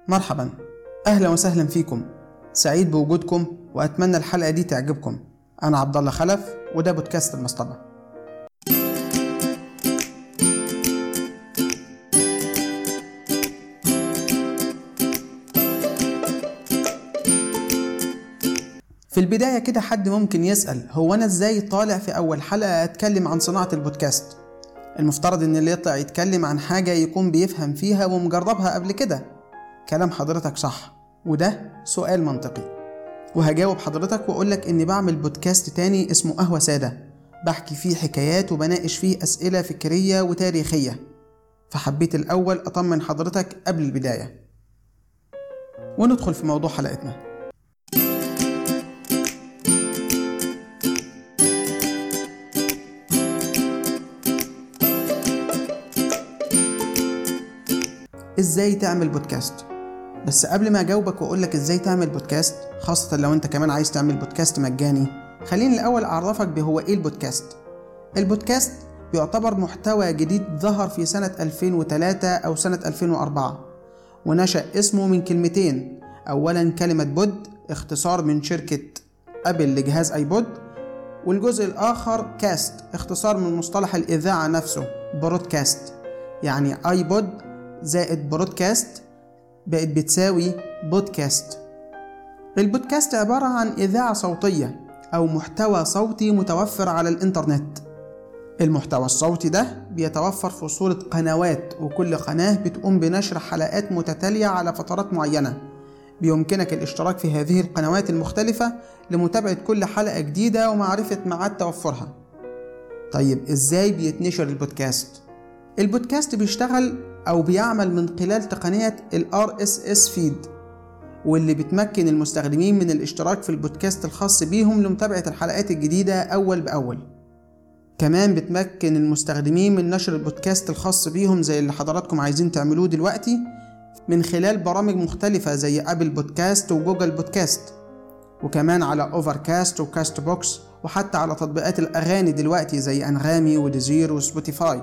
مرحبا، أهلا وسهلا فيكم. سعيد بوجودكم وأتمنى الحلقة دي تعجبكم. أنا عبد الله خلف وده بودكاست المصطبة. في البداية كده حد ممكن يسأل هو أنا إزاي طالع في أول حلقة أتكلم عن صناعة البودكاست؟ المفترض إن اللي يطلع يتكلم عن حاجة يكون بيفهم فيها ومجربها قبل كده. كلام حضرتك صح، وده سؤال منطقي، وهجاوب حضرتك وأقولك إني بعمل بودكاست تاني اسمه قهوة سادة، بحكي فيه حكايات وبناقش فيه أسئلة فكرية وتاريخية. فحبيت الأول أطمن حضرتك قبل البداية وندخل في موضوع حلقتنا. إزاي تعمل بودكاست؟ بس قبل ما أجاوبك وأقولك إزاي تعمل بودكاست، خاصة لو أنت كمان عايز تعمل بودكاست مجاني، خليني الأول أعرفك بهو إيه البودكاست. البودكاست بيعتبر محتوى جديد ظهر في سنة 2003 أو سنة 2004، ونشأ اسمه من كلمتين. أولا كلمة بود، اختصار من شركة أبل لجهاز آيبود، والجزء الآخر كاست، اختصار من مصطلح الإذاعة نفسه برودكاست. يعني آيبود زائد برودكاست بقت بتساوي بودكاست. البودكاست عبارة عن إذاعة صوتية أو محتوى صوتي متوفر على الإنترنت. المحتوى الصوتي ده بيتوفر في صورة قنوات، وكل قناة بتقوم بنشر حلقات متتالية على فترات معينة. بيمكنك الاشتراك في هذه القنوات المختلفة لمتابعة كل حلقة جديدة ومعرفة ميعاد توفرها. طيب إزاي بيتنشر البودكاست؟ البودكاست بيشتغل أو بيعمل من خلال تقنية ال RSS feed، واللي بتمكن المستخدمين من الاشتراك في البودكاست الخاص بيهم لمتابعة الحلقات الجديدة أول بأول. كمان بتمكن المستخدمين من نشر البودكاست الخاص بيهم زي اللي حضراتكم عايزين تعملوه دلوقتي من خلال برامج مختلفة زي أبل بودكاست وجوجل بودكاست، وكمان على أوفركاست وكاست بوكس، وحتى على تطبيقات الأغاني دلوقتي زي أنغامي وديزير وسبوتيفاي.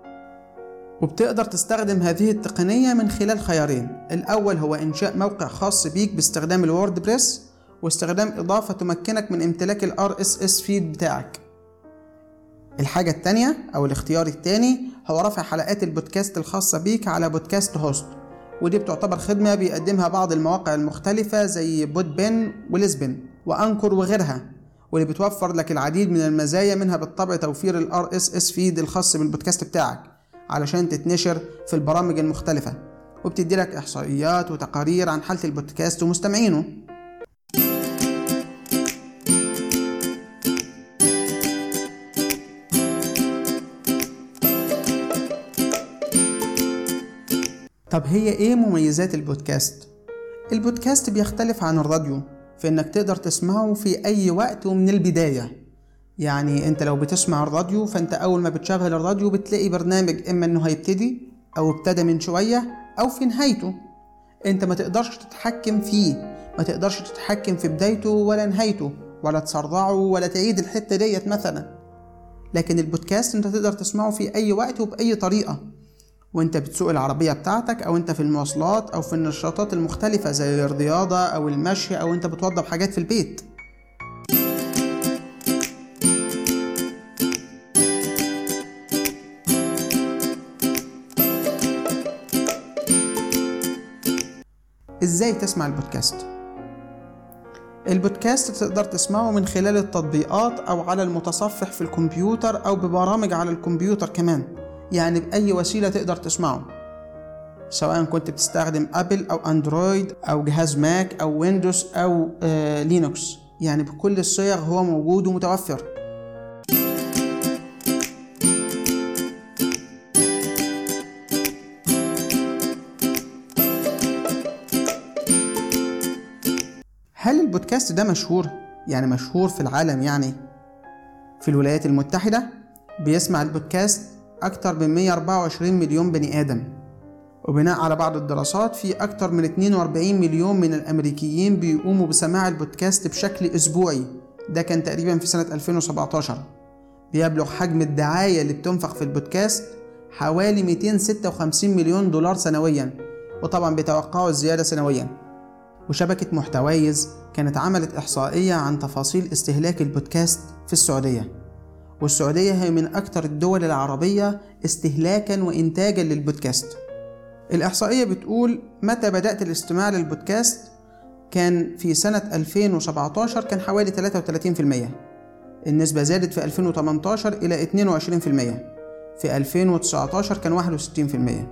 وبتقدر تستخدم هذه التقنية من خلال خيارين. الأول هو إنشاء موقع خاص بيك باستخدام الووردبريس، واستخدام إضافة تمكنك من امتلاك ال RSS feed بتاعك. الحاجة التانية أو الاختيار التاني هو رفع حلقات البودكاست الخاصة بيك على بودكاست هوست، ودي بتعتبر خدمة بيقدمها بعض المواقع المختلفة زي بودبين وليسبن وأنكر وغيرها، واللي بتوفر لك العديد من المزايا، منها بالطبع توفير ال RSS feed الخاص بالبودكاست بتاعك علشان تتنشر في البرامج المختلفة، وبتدي لك إحصائيات وتقارير عن حالة البودكاست ومستمعينه. طب هي إيه مميزات البودكاست؟ البودكاست بيختلف عن الراديو في إنك تقدر تسمعه في أي وقت ومن البداية. يعني انت لو بتسمع الراديو فانت اول ما بتشغل الراديو بتلاقي برنامج اما انه هيبتدي او ابتدى من شوية او في نهايته. انت ما تقدرش تتحكم فيه، ما تقدرش تتحكم في بدايته ولا نهايته، ولا تسرعه ولا تعيد الحتة ديت مثلا. لكن البودكاست انت تقدر تسمعه في اي وقت وبأي طريقة، وانت بتسوق العربية بتاعتك او انت في المواصلات او في النشاطات المختلفة زي الرياضة او المشي او انت بتوضب حاجات في البيت. إزاي تسمع البودكاست؟ البودكاست تقدر تسمعه من خلال التطبيقات أو على المتصفح في الكمبيوتر أو ببرامج على الكمبيوتر كمان، يعني بأي وسيلة تقدر تسمعه، سواء كنت بتستخدم أبل أو أندرويد أو جهاز ماك أو ويندوز أو لينوكس، يعني بكل الصيغ هو موجود ومتوفر. هل البودكاست ده مشهور؟ يعني مشهور في العالم؟ يعني في الولايات المتحدة بيسمع البودكاست أكتر من 124 مليون بني آدم، وبناء على بعض الدراسات في أكتر من 42 مليون من الأمريكيين بيقوموا بسماع البودكاست بشكل أسبوعي. ده كان تقريبا في سنة 2017. بيبلغ حجم الدعاية اللي بتنفق في البودكاست حوالي 256 مليون دولار سنويا، وطبعا بيتوقعوا الزيادة سنويا. وشبكة محتوايز كانت عملت إحصائية عن تفاصيل استهلاك البودكاست في السعودية، والسعودية هي من أكثر الدول العربية استهلاكا وإنتاجا للبودكاست. الإحصائية بتقول متى بدأت الاستماع للبودكاست كان في سنة 2017 كان حوالي 33%، النسبة زادت في 2018 إلى 22%، في 2019 كان 61%.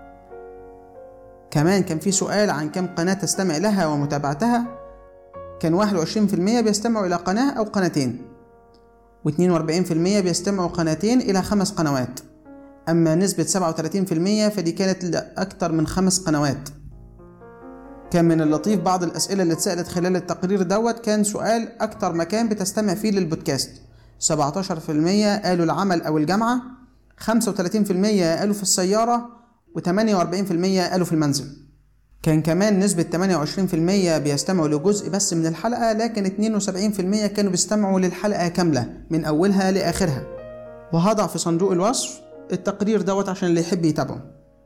كمان كان في سؤال عن كم قناة تستمع لها ومتابعتها، كان 21% بيستمعوا إلى قناة أو قناتين، و42% بيستمعوا قناتين إلى 5 قنوات. أما نسبة 37% فدي كانت لأكثر من 5 قنوات. كان من اللطيف بعض الأسئلة اللي اتسألت خلال التقرير كان سؤال أكتر مكان بتستمع فيه للبودكاست. 17% قالوا العمل أو الجامعة، 35% قالوا في السيارة، و48% قالوا في المنزل. كان كمان نسبة 28% بيستمعوا لجزء بس من الحلقة، لكن 72% كانوا بيستمعوا للحلقة كاملة من أولها لآخرها. وهضع في صندوق الوصف التقرير عشان اللي يحب يتابعه.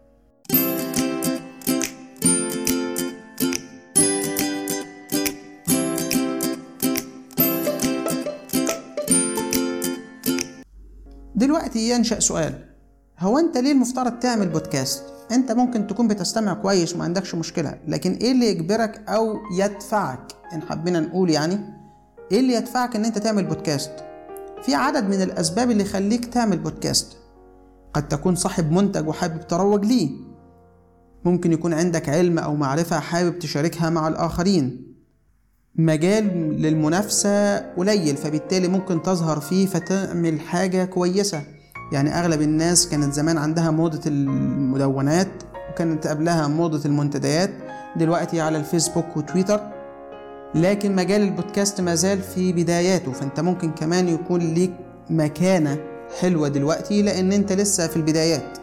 دلوقتي ينشأ سؤال، هو انت ليه المفترض تعمل بودكاست؟ انت ممكن تكون بتستمع كويس وما عندكش مشكلة، لكن ايه اللي يجبرك او يدفعك، ان حبينا نقول يعني ايه اللي يدفعك ان انت تعمل بودكاست؟ في عدد من الاسباب اللي يخليك تعمل بودكاست. قد تكون صاحب منتج وحابب تروج ليه، ممكن يكون عندك علم او معرفة حابب تشاركها مع الاخرين، مجال للمنافسة قليل فبالتالي ممكن تظهر فيه فتعمل حاجة كويسة. يعني أغلب الناس كانت زمان عندها موضة المدونات وكانت قبلها موضة المنتديات، دلوقتي على الفيسبوك وتويتر، لكن مجال البودكاست ما زال في بداياته، فأنت ممكن كمان يكون ليك مكانة حلوة دلوقتي لأن أنت لسه في البدايات.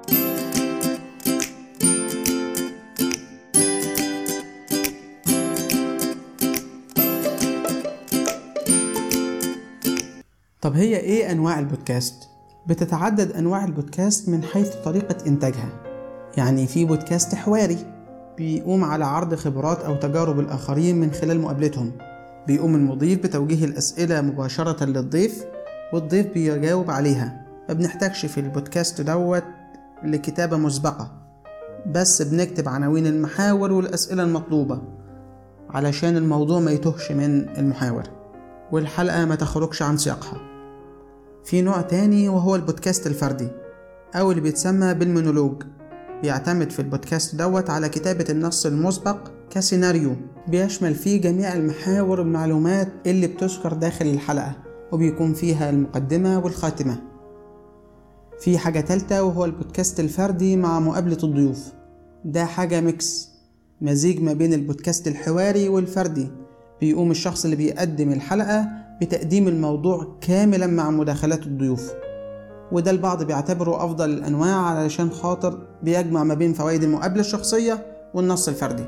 طب هي ايه انواع البودكاست؟ بتتعدد انواع البودكاست من حيث طريقة انتاجها. يعني في بودكاست حواري بيقوم على عرض خبرات او تجارب الاخرين من خلال مقابلتهم، بيقوم المضيف بتوجيه الاسئلة مباشرة للضيف والضيف بيجاوب عليها. ما بنحتاجش في البودكاست لكتابة مسبقة، بس بنكتب عناوين المحاور والاسئلة المطلوبة علشان الموضوع ما يتوهش من المحاور والحلقة ما تخرجش عن سياقها. في نوع تاني وهو البودكاست الفردي أو اللي بيتسمى بالمونولوج، بيعتمد في البودكاست على كتابة النص المسبق كسيناريو، بيشمل فيه جميع المحاور والمعلومات اللي بتذكر داخل الحلقة، وبيكون فيها المقدمة والخاتمة. في حاجة تالتة وهو البودكاست الفردي مع مقابلة الضيوف، ده حاجة ميكس، مزيج ما بين البودكاست الحواري والفردي. بيقوم الشخص اللي بيقدم الحلقة بتقديم الموضوع كاملا مع مداخلات الضيوف، وده البعض بيعتبره أفضل الأنواع علشان خاطر بيجمع ما بين فوائد المقابلة الشخصية والنص الفردي.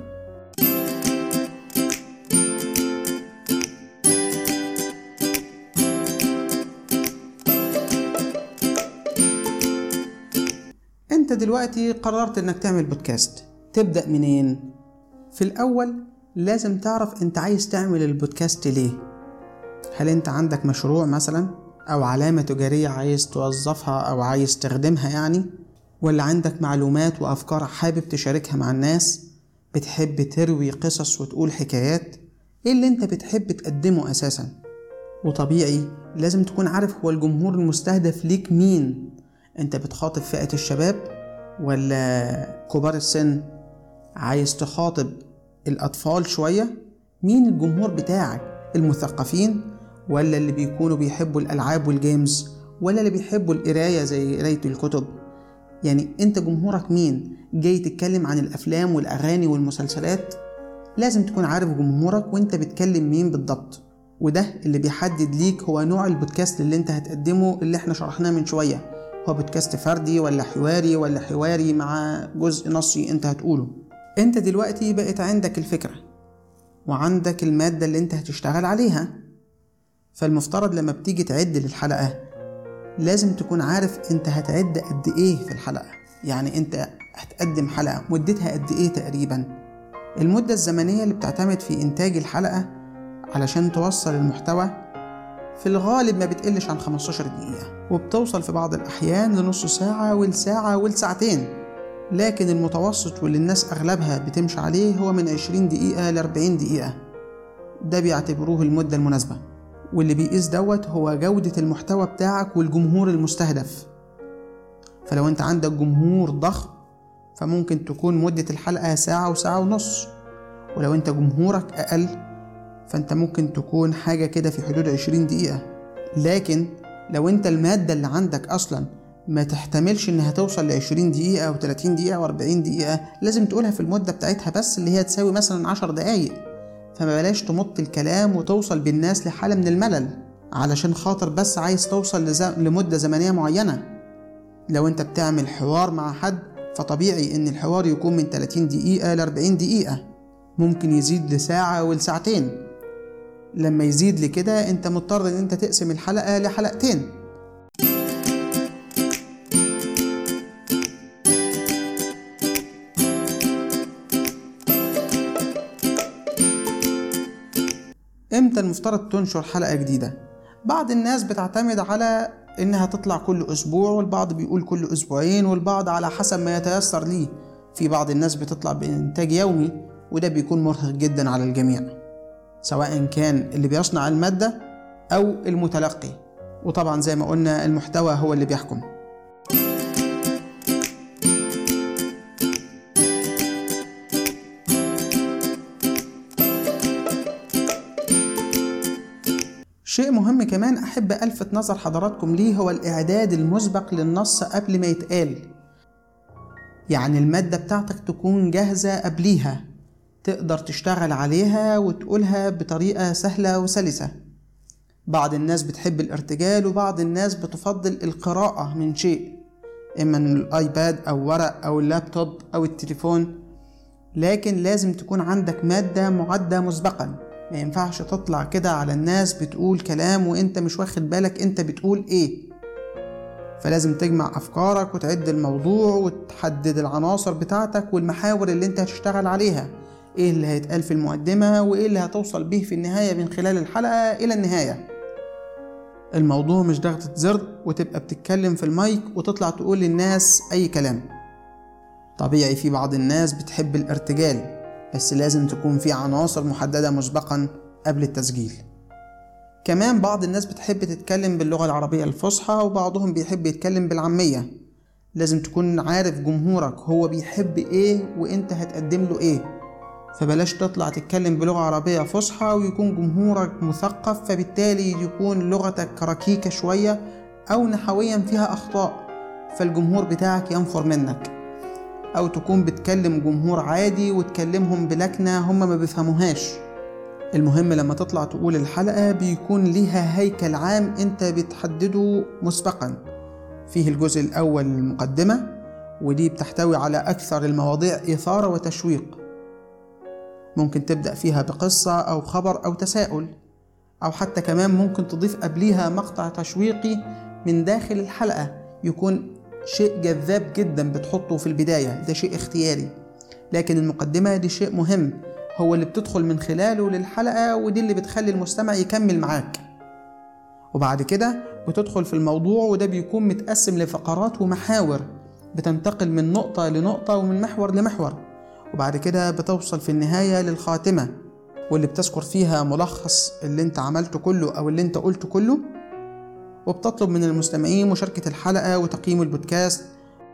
انت دلوقتي قررت انك تعمل بودكاست، تبدأ منين؟ في الأول لازم تعرف انت عايز تعمل البودكاست ليه. هل انت عندك مشروع مثلا او علامة تجارية عايز توظفها او عايز تخدمها يعني، ولا عندك معلومات وافكار حابب تشاركها مع الناس، بتحب تروي قصص وتقول حكايات؟ ايه اللي انت بتحب تقدمه اساسا؟ وطبيعي لازم تكون عارف هو الجمهور المستهدف ليك مين. انت بتخاطب فئة الشباب ولا كبار السن؟ عايز تخاطب الأطفال شوية؟ مين الجمهور بتاعك؟ المثقفين ولا اللي بيكونوا بيحبوا الألعاب والجيمز ولا اللي بيحبوا القراية زي قراية الكتب؟ يعني انت جمهورك مين؟ جاي تتكلم عن الأفلام والأغاني والمسلسلات؟ لازم تكون عارف جمهورك وانت بتكلم مين بالضبط، وده اللي بيحدد ليك هو نوع البودكاست اللي انت هتقدمه اللي احنا شرحناه من شوية. هو بودكاست فردي ولا حواري ولا حواري مع جزء نصي انت هتقوله؟ انت دلوقتي بقت عندك الفكرة وعندك المادة اللي انت هتشتغل عليها، فالمفترض لما بتيجي تعد للحلقة لازم تكون عارف انت هتعد قد ايه في الحلقة. يعني انت هتقدم حلقة مدتها قد ايه تقريبا؟ المدة الزمنية اللي بتعتمد في انتاج الحلقة علشان توصل المحتوى في الغالب ما بتقلش عن 15 دقيقة، وبتوصل في بعض الأحيان لنص ساعة والساعة والساعتين، لكن المتوسط واللي الناس أغلبها بتمشي عليه هو من 20 دقيقة ل 40 دقيقة. ده بيعتبروه المدة المناسبة، واللي بيقيس دوت هو جودة المحتوى بتاعك والجمهور المستهدف. فلو انت عندك جمهور ضخم فممكن تكون مدة الحلقة ساعة وساعة ونص، ولو انت جمهورك أقل فانت ممكن تكون حاجة كده في حدود 20 دقيقة. لكن لو انت المادة اللي عندك أصلا ما تحتملش انها توصل ل 20 دقيقة أو 30 دقيقة أو 40 دقيقة، لازم تقولها في المدة بتاعتها بس اللي هي تساوي مثلا 10 دقايق. فما بلاش تمط الكلام وتوصل بالناس لحالة من الملل علشان خاطر بس عايز توصل لمدة زمنية معينة. لو انت بتعمل حوار مع حد فطبيعي ان الحوار يكون من 30 دقيقة ل 40 دقيقة، ممكن يزيد لساعة ولساعتين. لما يزيد لكده انت مضطر ان انت تقسم الحلقة لحلقتين. امتى المفترض تنشر حلقة جديدة؟ بعض الناس بتعتمد على انها تطلع كل اسبوع، والبعض بيقول كل اسبوعين، والبعض على حسب ما يتيسر ليه. في بعض الناس بتطلع بانتاج يومي، وده بيكون مرهق جدا على الجميع، سواء كان اللي بيصنع المادة او المتلقي. وطبعا زي ما قلنا المحتوى هو اللي بيحكم. شيء مهم كمان أحب ألفت نظر حضراتكم ليه هو الإعداد المسبق للنص قبل ما يتقال. يعني المادة بتاعتك تكون جاهزة قبليها، تقدر تشتغل عليها وتقولها بطريقة سهلة وسلسة. بعض الناس بتحب الارتجال، وبعض الناس بتفضل القراءة من شيء، إما من الآيباد أو ورق أو اللابتوب أو التليفون. لكن لازم تكون عندك مادة معدة مسبقا، ما ينفعش تطلع كده على الناس بتقول كلام وانت مش واخد بالك انت بتقول ايه. فلازم تجمع افكارك وتعد الموضوع وتحدد العناصر بتاعتك والمحاور اللي انت هتشتغل عليها، ايه اللي هيتقال في المقدمة وايه اللي هتوصل به في النهاية من خلال الحلقة الى النهاية. الموضوع مش ضغطة زر وتبقى بتتكلم في المايك وتطلع تقول للناس اي كلام. طبيعي في بعض الناس بتحب الارتجال، بس لازم تكون في عناصر محددة مسبقا قبل التسجيل. كمان بعض الناس بتحب تتكلم باللغة العربية الفصحى، وبعضهم بيحب يتكلم بالعامية. لازم تكون عارف جمهورك هو بيحب ايه وانت هتقدم له ايه. فبلاش تطلع تتكلم بلغة عربية فصحى ويكون جمهورك مثقف، فبالتالي يكون لغتك ركيكة شوية او نحويا فيها اخطاء فالجمهور بتاعك ينفر منك. او تكون بتكلم جمهور عادي وتكلمهم بلكنة هم ما بيفهموهاش. المهم لما تطلع تقول الحلقة بيكون ليها هيكل عام انت بتحدده مسبقا. فيه الجزء الاول المقدمة، ودي بتحتوي على اكثر المواضيع اثارة وتشويق. ممكن تبدأ فيها بقصة او خبر او تساؤل، او حتى كمان ممكن تضيف قبليها مقطع تشويقي من داخل الحلقة يكون شيء جذاب جدا بتحطه في البداية. ده شيء اختياري، لكن المقدمة دي شيء مهم هو اللي بتدخل من خلاله للحلقة، ودي اللي بتخلي المستمع يكمل معاك. وبعد كده بتدخل في الموضوع، وده بيكون متقسم لفقرات ومحاور بتنتقل من نقطة لنقطة ومن محور لمحور. وبعد كده بتوصل في النهاية للخاتمة، واللي بتذكر فيها ملخص اللي انت عملته كله او اللي انت قلته كله، وبتطلب من المستمعين مشاركة الحلقة وتقييم البودكاست.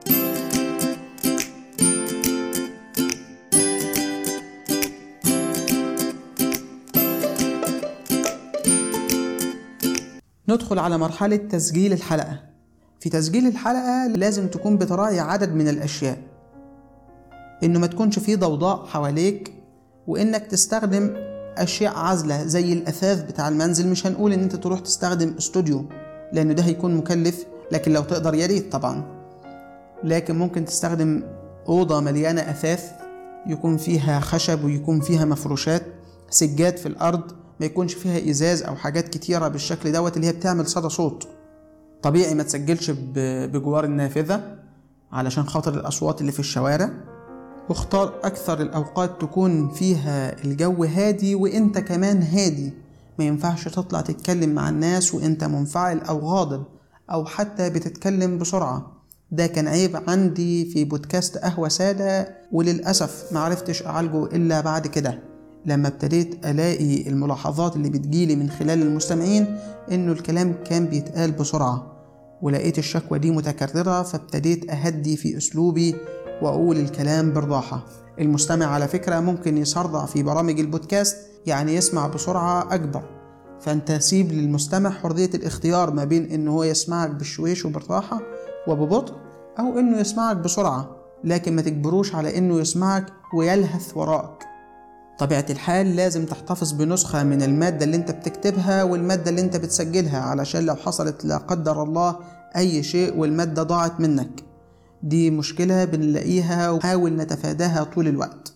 ندخل على مرحلة تسجيل الحلقة. في تسجيل الحلقة لازم تكون بتراعي عدد من الأشياء، إنه ما تكونش فيه ضوضاء حواليك، وإنك تستخدم أشياء عازلة زي الأثاث بتاع المنزل. مش هنقول إن أنت تروح تستخدم استوديو لأنه ده هيكون مكلف، لكن لو تقدر يا ريت طبعا. لكن ممكن تستخدم أوضة مليانة أثاث يكون فيها خشب ويكون فيها مفروشات، سجاد في الأرض، ما يكونش فيها إزاز أو حاجات كتيرة بالشكل دوت اللي هي بتعمل صدى صوت. طبيعي ما تسجلش بجوار النافذة علشان خاطر الأصوات اللي في الشوارع، واختار أكثر الأوقات تكون فيها الجو هادي وإنت كمان هادي. ما ينفعش تطلع تتكلم مع الناس وإنت منفعل أو غاضب أو حتى بتتكلم بسرعة. ده كان عيب عندي في بودكاست قهوة سادة، وللأسف معرفتش أعالجه إلا بعد كده لما ابتديت ألاقي الملاحظات اللي بتجيلي من خلال المستمعين إنه الكلام كان بيتقال بسرعة، ولقيت الشكوى دي متكررة، فابتديت أهدي في أسلوبي وأقول الكلام بالراحة. المستمع على فكرة ممكن يسرع في برامج البودكاست، يعني يسمع بسرعة أكبر، فأنت سيب للمستمع حرية الاختيار ما بين إنه هو يسمعك بالشويش وبالراحة وببطء أو إنه يسمعك بسرعة، لكن ما تجبروش على إنه يسمعك ويلهث وراءك. طبيعة الحال لازم تحتفظ بنسخة من المادة اللي انت بتكتبها والمادة اللي انت بتسجلها، علشان لو حصلت لا قدر الله أي شيء والمادة ضاعت منك. دي مشكلة بنلاقيها وحاول نتفاداها طول الوقت.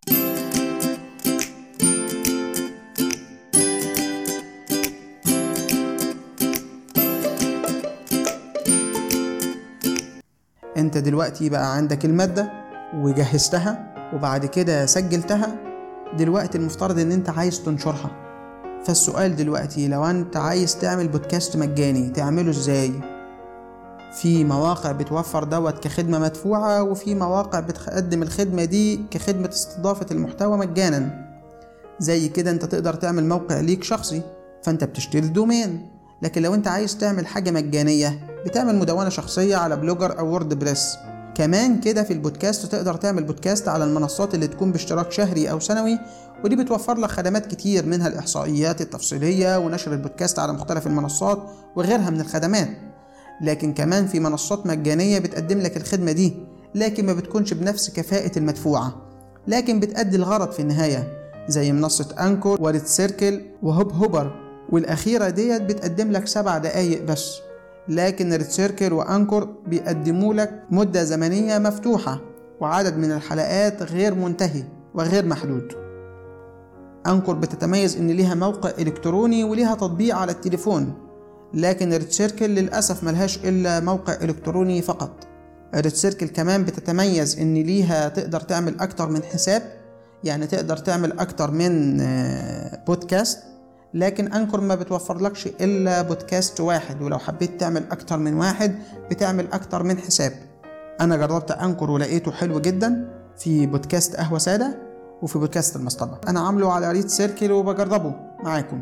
انت دلوقتي بقى عندك المادة وجهزتها وبعد كده سجلتها، دلوقتي المفترض ان انت عايز تنشرها. فالسؤال دلوقتي، لو انت عايز تعمل بودكاست مجاني تعمله ازاي؟ في مواقع بتوفر دوت كخدمة مدفوعة، وفي مواقع بتقدم الخدمة دي كخدمة استضافة المحتوى مجانا. زي كده انت تقدر تعمل موقع ليك شخصي فانت بتشتري الدومين، لكن لو انت عايز تعمل حاجة مجانية بتعمل مدونة شخصية على بلوجر او وورد بريس. كمان كده في البودكاست تقدر تعمل بودكاست على المنصات اللي تكون باشتراك شهري او سنوي، ودي بتوفر لك خدمات كتير، منها الإحصائيات التفصيلية ونشر البودكاست على مختلف المنصات وغيرها من الخدمات. لكن كمان في منصات مجانية بتقدم لك الخدمة دي، لكن ما بتكونش بنفس كفاءة المدفوعة، لكن بتأدي الغرض في النهاية، زي منصة أنكور وريد سيركل وهوب هوبر، والأخيرة ديت بتقدم لك 7 دقايق بس. لكن ريد سيركل وأنكور بيقدموا لك مدة زمنية مفتوحة وعدد من الحلقات غير منتهي وغير محدود. أنكور بتتميز إن ليها موقع إلكتروني وليها تطبيق على التليفون، لكن ريد سيركل للأسف ملهاش إلا موقع إلكتروني فقط. ريد سيركل كمان بتتميز إن ليها تقدر تعمل أكتر من حساب، يعني تقدر تعمل أكتر من بودكاست، لكن أنكور ما بتوفر لكش إلا بودكاست واحد، ولو حبيت تعمل أكتر من واحد بتعمل أكتر من حساب. أنا جربت أنكور ولقيته حلو جدا في بودكاست قهوة سادة وفي بودكاست المصطبة. أنا عامله على ريد سيركل وبجربه معاكم.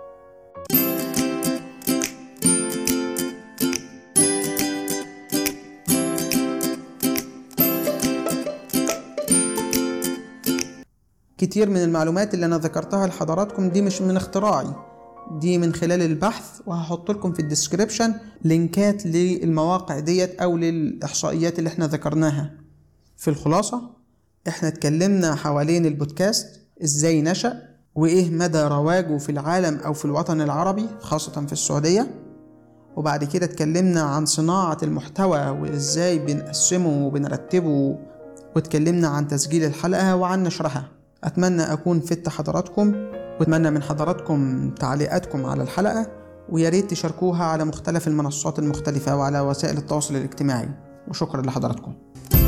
كتير من المعلومات اللي أنا ذكرتها لحضراتكم دي مش من اختراعي، دي من خلال البحث، وهحط لكم في الديسكريبشن لينكات للمواقع ديت أو للإحصائيات اللي احنا ذكرناها. في الخلاصة احنا اتكلمنا حوالين البودكاست، ازاي نشأ وايه مدى رواجه في العالم او في الوطن العربي خاصة في السعودية، وبعد كده اتكلمنا عن صناعة المحتوى وازاي بنقسمه وبنرتبه، واتكلمنا عن تسجيل الحلقة وعن نشرها. أتمنى أكون فدت حضراتكم، وأتمنى من حضراتكم تعليقاتكم على الحلقة، وياريت تشاركوها على مختلف المنصات المختلفة وعلى وسائل التواصل الاجتماعي. وشكرا لحضراتكم.